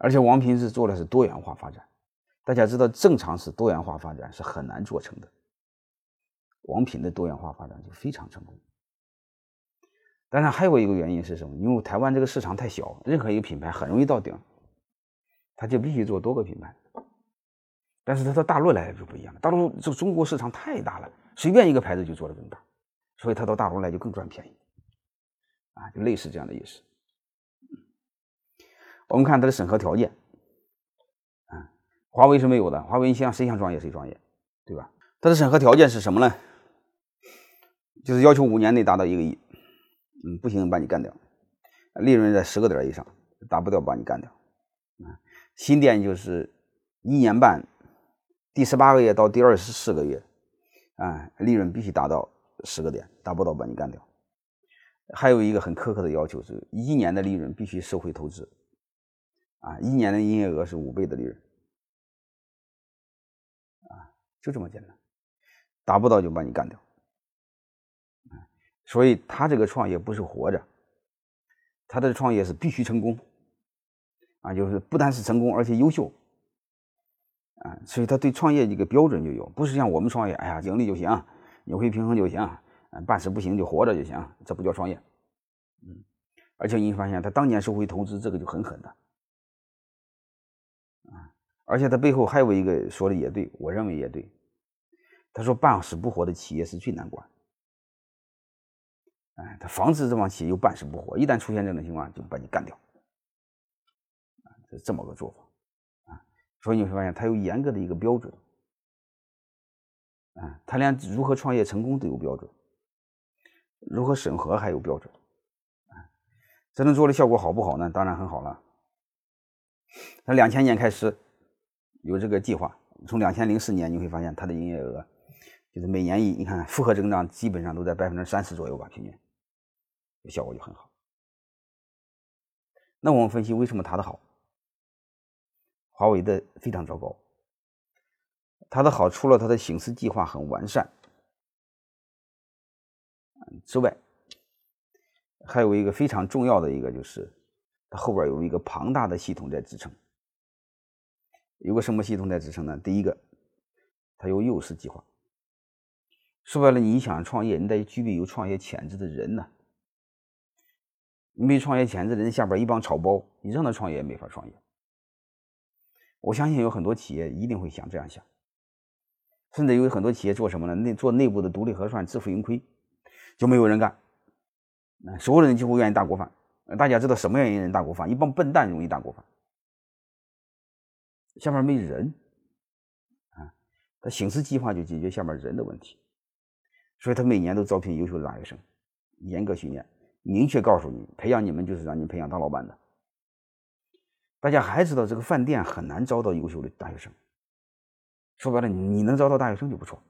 而且王平是做的是多元化发展。大家知道正常是多元化发展是很难做成的，王平的多元化发展就非常成功。当然还有一个原因是什么？因为台湾这个市场太小，任何一个品牌很容易到顶，他就必须做多个品牌。但是他到大陆来就不一样了，大陆这中国市场太大了，随便一个牌子就做得更大，所以他到大陆来就更赚便宜就类似这样的意思。我们看它的审核条件华为是没有的，华为谁想创业谁创业，对吧？它的审核条件是什么呢？就是要求5年内达到1个亿，不行把你干掉，利润在10个点以上，达不到把你干掉。新店就是1年半，第18个月到第24个月，利润必须达到10个点，达不到把你干掉。还有一个很苛刻的要求是1年的利润必须收回投资，1年的营业额是5倍的利润。就这么简单，达不到就把你干掉。所以他这个创业不是活着，他的创业是必须成功就是不单是成功而且优秀所以他对创业这个标准就有，不是像我们创业盈利就行，扭亏平衡就行，办事不行就活着就行，这不叫创业。而且你发现他当年收回投资，这个就很狠的而且他背后还有一个说的也对，我认为也对。他说半死不活的企业是最难管，他防止这帮企业又半死不活，一旦出现这种情况就把你干掉，是这么个做法所以你会发现他有严格的一个标准他连如何创业成功都有标准，如何审核还有标准真正做的效果好不好呢？当然很好了。他2000年开始有这个计划，从2004年你会发现它的营业额就是每年你看复合增长基本上都在30%左右吧，平均效果就很好。那我们分析为什么它的好，华为的非常糟糕。它的好除了它的醒狮计划很完善之外，还有一个非常重要的一个就是它后边有一个庞大的系统在支撑。有个什么系统在支撑呢？第一个，它有幼师计划。说白了，你想创业，你得具备有创业潜质的人呢。你没创业潜质的人，下边一帮草包，你让他创业也没法创业。我相信有很多企业一定会这样想，甚至有很多企业做什么呢？做内部的独立核算，自负盈亏，就没有人干。所有人几乎愿意大锅饭。大家知道什么原因人大锅饭？一帮笨蛋容易大锅饭。下面没人他醒狮计划就解决下面人的问题，所以他每年都招聘优秀的大学生，严格训练，明确告诉你，培养你们就是让你培养当老板的。大家还知道这个饭店很难招到优秀的大学生，说白了你能招到大学生就不错。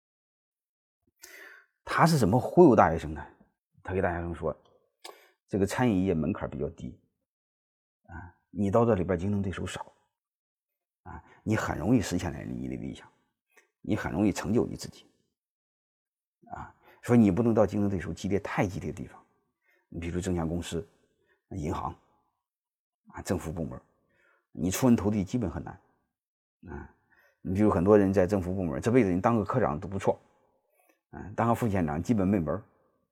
他是怎么忽悠大学生呢？他给大学生说，这个餐饮业门槛比较低你到这里边竞争对手少你很容易实现你的理想，你很容易成就你自己所以你不能到竞争对手太激烈的地方，你比如证券公司、银行政府部门，你出人头地基本很难你比如很多人在政府部门这辈子你当个科长都不错当个副县长基本没门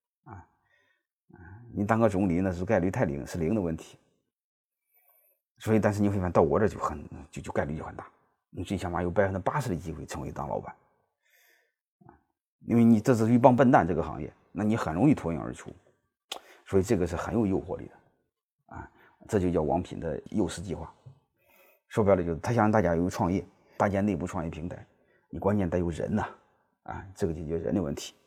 你当个总理那是概率太零，是0的问题。所以但是你会发现到我这就概率就很大，你最起码有80%的机会成为当老板因为你这是一帮笨蛋这个行业，那你很容易脱颖而出，所以这个是很有诱惑力的这就叫王品的幼师计划。说白了就是他想让大家有创业，搭建内部创业平台，你关键得有人这个解决人的问题。